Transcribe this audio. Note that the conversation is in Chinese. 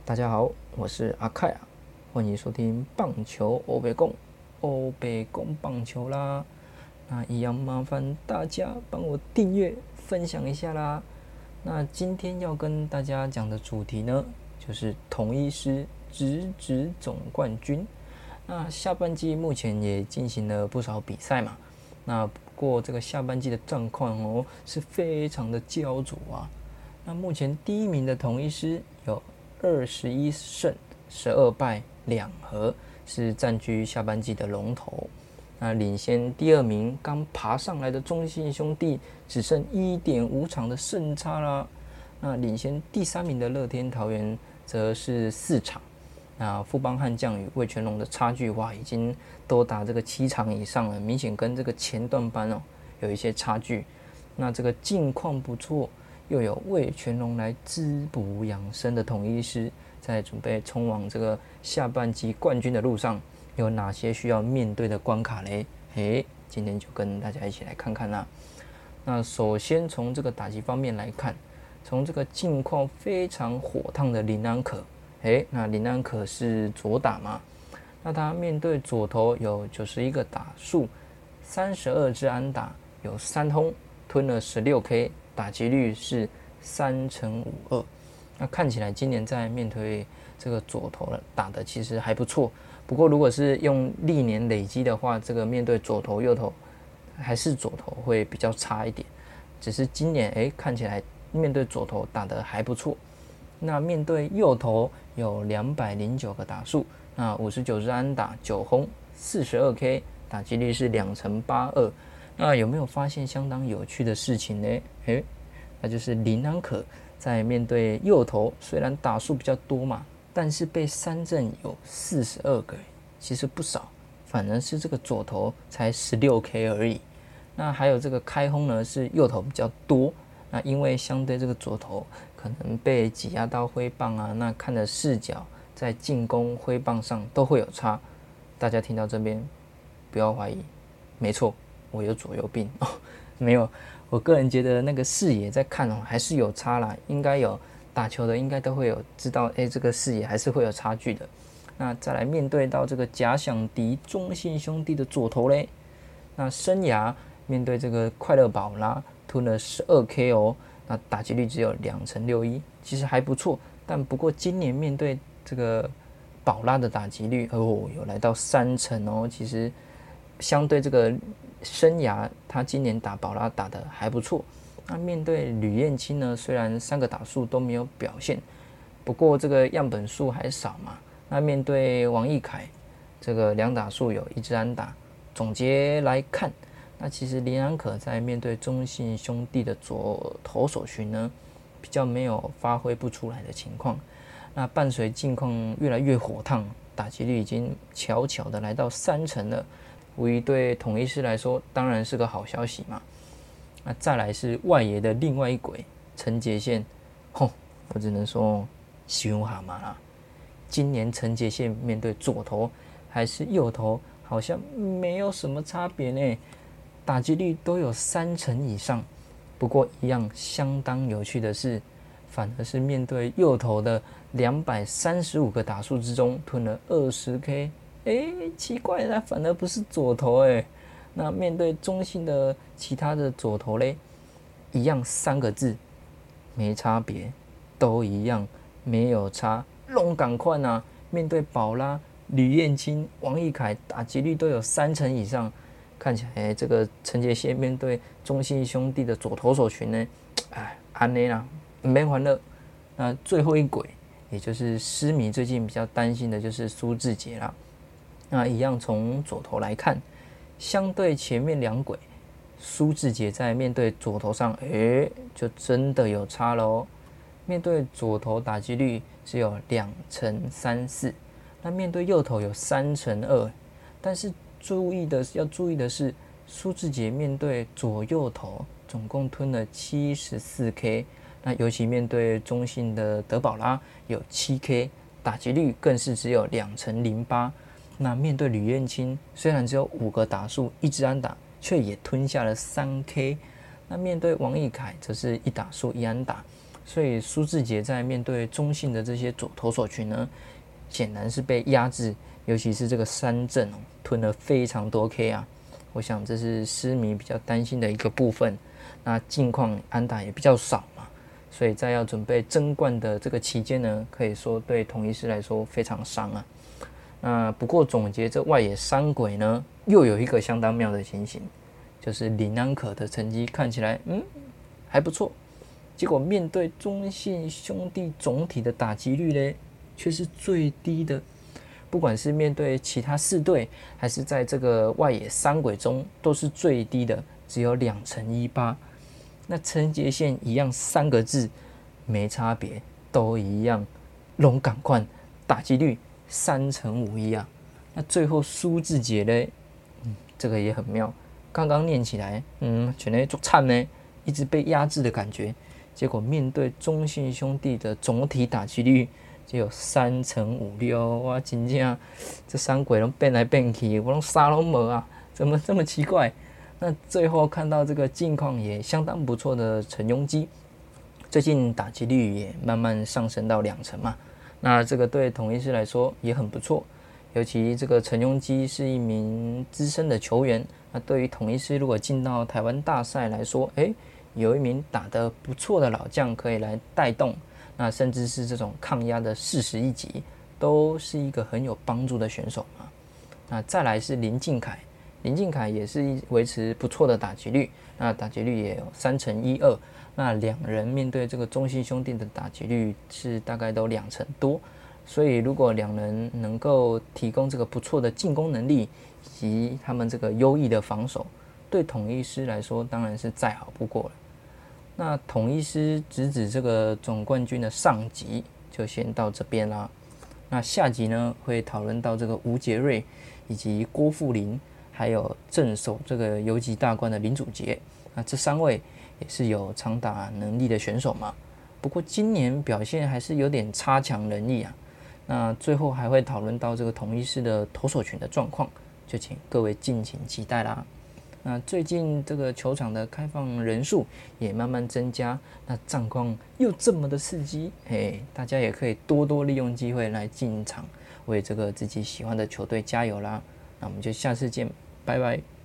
大家好，我是阿凯啊，欢迎收听棒球欧北共，欧北共棒球啦。那一样麻烦大家帮我订阅、分享一下啦。那今天要跟大家讲的主题呢，就是统一狮直指总冠军。那下半季目前也进行了不少比赛嘛，那不过这个下半季的状况是非常的焦灼啊。那目前第一名的统一狮有21胜12败2和，是占据下半季的龙头。那领先第二名刚爬上来的中信兄弟只剩1.5场的胜差啦。那领先第三名的乐天桃园则是4场。那富邦悍将与味全龙的差距已经多达这个7场以上了，明显跟这个前段班有一些差距。那这个近况不错，又有味全龙来滋补养生的统一狮，在准备冲往这个下半季冠军的路上，有哪些需要面对的关卡嘞？今天就跟大家一起来看看啦。那首先从这个打击方面来看，从这个近况非常火烫的林安可，那林安可是左打嘛，那他面对左投有91个打数，32支安打，有3轰，吞了16K， 打击率是3.52%。那看起来今年在面对这个左投打的其实还不错，不过如果是用历年累积的话，这个面对左投右投还是左投会比较差一点，只是今年看起来面对左投打得还不错。那面对右投有209个打数，那59支安打9轰 42K， 打击率是2.82%。那有没有发现相当有趣的事情呢？那就是林安可在面对右投，虽然打数比较多嘛，但是被三振有42个，其实不少，反而是这个左投才16K 而已。那还有这个开轰呢，是右投比较多，那因为相对这个左投可能被挤压到挥棒啊，那看的视角在进攻挥棒上都会有差。大家听到这边不要怀疑，没错，我有左右病没有，我个人觉得那个视野在看还是有差啦，应该有打球的应该都会有知道，这个视野还是会有差距的。那再来面对到这个假想敌中信兄弟的左投嘞，那生涯面对这个快乐宝拉吞了12K那打击率只有2.61%，其实还不错。但不过今年面对这个宝拉的打击率有来到3%其实相对这个生涯，他今年打宝拉打得还不错。那面对吕彦青呢，虽然3个打数都没有表现，不过这个样本数还少嘛。那面对王奕凯，这个2打数有1支安打。总结来看，那其实林安可在面对中信兄弟的左投手群呢，比较没有发挥不出来的情况。那伴随近况越来越火烫，打击率已经悄悄的来到3%了，无疑对统一狮来说当然是个好消息嘛。那再来是外野的另外一轨陈杰宪，我只能说伤蛤蟆啦。今年陈杰宪面对左投还是右投，好像没有什么差别呢，打击率都有3%以上。不过一样相当有趣的是，反而是面对右投的235个打数之中吞了20K，奇怪了，反而不是左投那面对中信的其他的左投嘞，一样3个字，没差别，都一样，没有差，拢赶快啊！面对宝拉、吕彦青、王奕凯，打击率都有3%以上，看起来这个陈杰宪面对中信兄弟的左投手群呢，安内啦，没欢乐。那最后一轨，也就是狮迷最近比较担心的就是苏智杰啦。那一样从左投来看，相对前面2轨，苏智杰在面对左投上，就真的有差了面对左投打击率只有2.34%，那面对右投有3.2%。但是要注意的是，苏智杰面对左右投总共吞了74K，那尤其面对中信的德保拉有7K，打击率更是只有2.08%。那面对吕彦青，虽然只有5个打数1支安打，却也吞下了3K。那面对王奕凯，则是1打数1安打， 所以苏智杰在面对中信的这些左投手群呢，显然是被压制，尤其是这个三振吞了非常多 K 啊，我想这是狮迷比较担心的一个部分。那近况安打也比较少嘛，所以在要准备争冠的这个期间呢，可以说对统一狮来说非常伤啊。那不过总结这外野三鬼呢，又有一个相当妙的情形，就是林安可的成绩看起来还不错，结果面对中信兄弟总体的打击率呢，却是最低的。不管是面对其他四队，还是在这个外野三鬼中，都是最低的，只有2.18%。那陈杰宪一样3个字，没差别，都一样，龙赶快，打击率3.51%啊。那最后苏智杰呢，这个也很妙，刚刚念起来，全垒做惨呢，一直被压制的感觉，结果面对中信兄弟的总体打击率就有3.56%，哇，真正这三鬼都变来变去，我都啥都没啊，怎么这么奇怪？那最后看到这个近况也相当不错的陈庸基，最近打击率也慢慢上升到2成嘛，那这个对统一狮来说也很不错，尤其这个陈庸基是一名资深的球员，那对于统一狮如果进到台湾大赛来说，有一名打得不错的老将可以来带动，那甚至是这种抗压的41级，都是一个很有帮助的选手嘛。那再来是林敬凯。林敬凯也是维持不错的打击率，那打击率也有3.12%，那两人面对这个中信兄弟的打击率是大概都2成多，所以如果两人能够提供这个不错的进攻能力，以及他们这个优异的防守，对统一狮来说当然是再好不过了。那统一狮直指这个总冠军的上集就先到这边啦，那下集呢会讨论到这个吴杰瑞以及郭富林。还有镇守这个游击大关的林祖杰，那这3位也是有长打能力的选手嘛。不过今年表现还是有点差强人意啊。那最后还会讨论到这个统一狮的投手群的状况，就请各位敬请期待啦。那最近这个球场的开放人数也慢慢增加，那战况又这么的刺激，大家也可以多多利用机会来进场，为这个自己喜欢的球队加油啦。那我们就下次见。拜拜。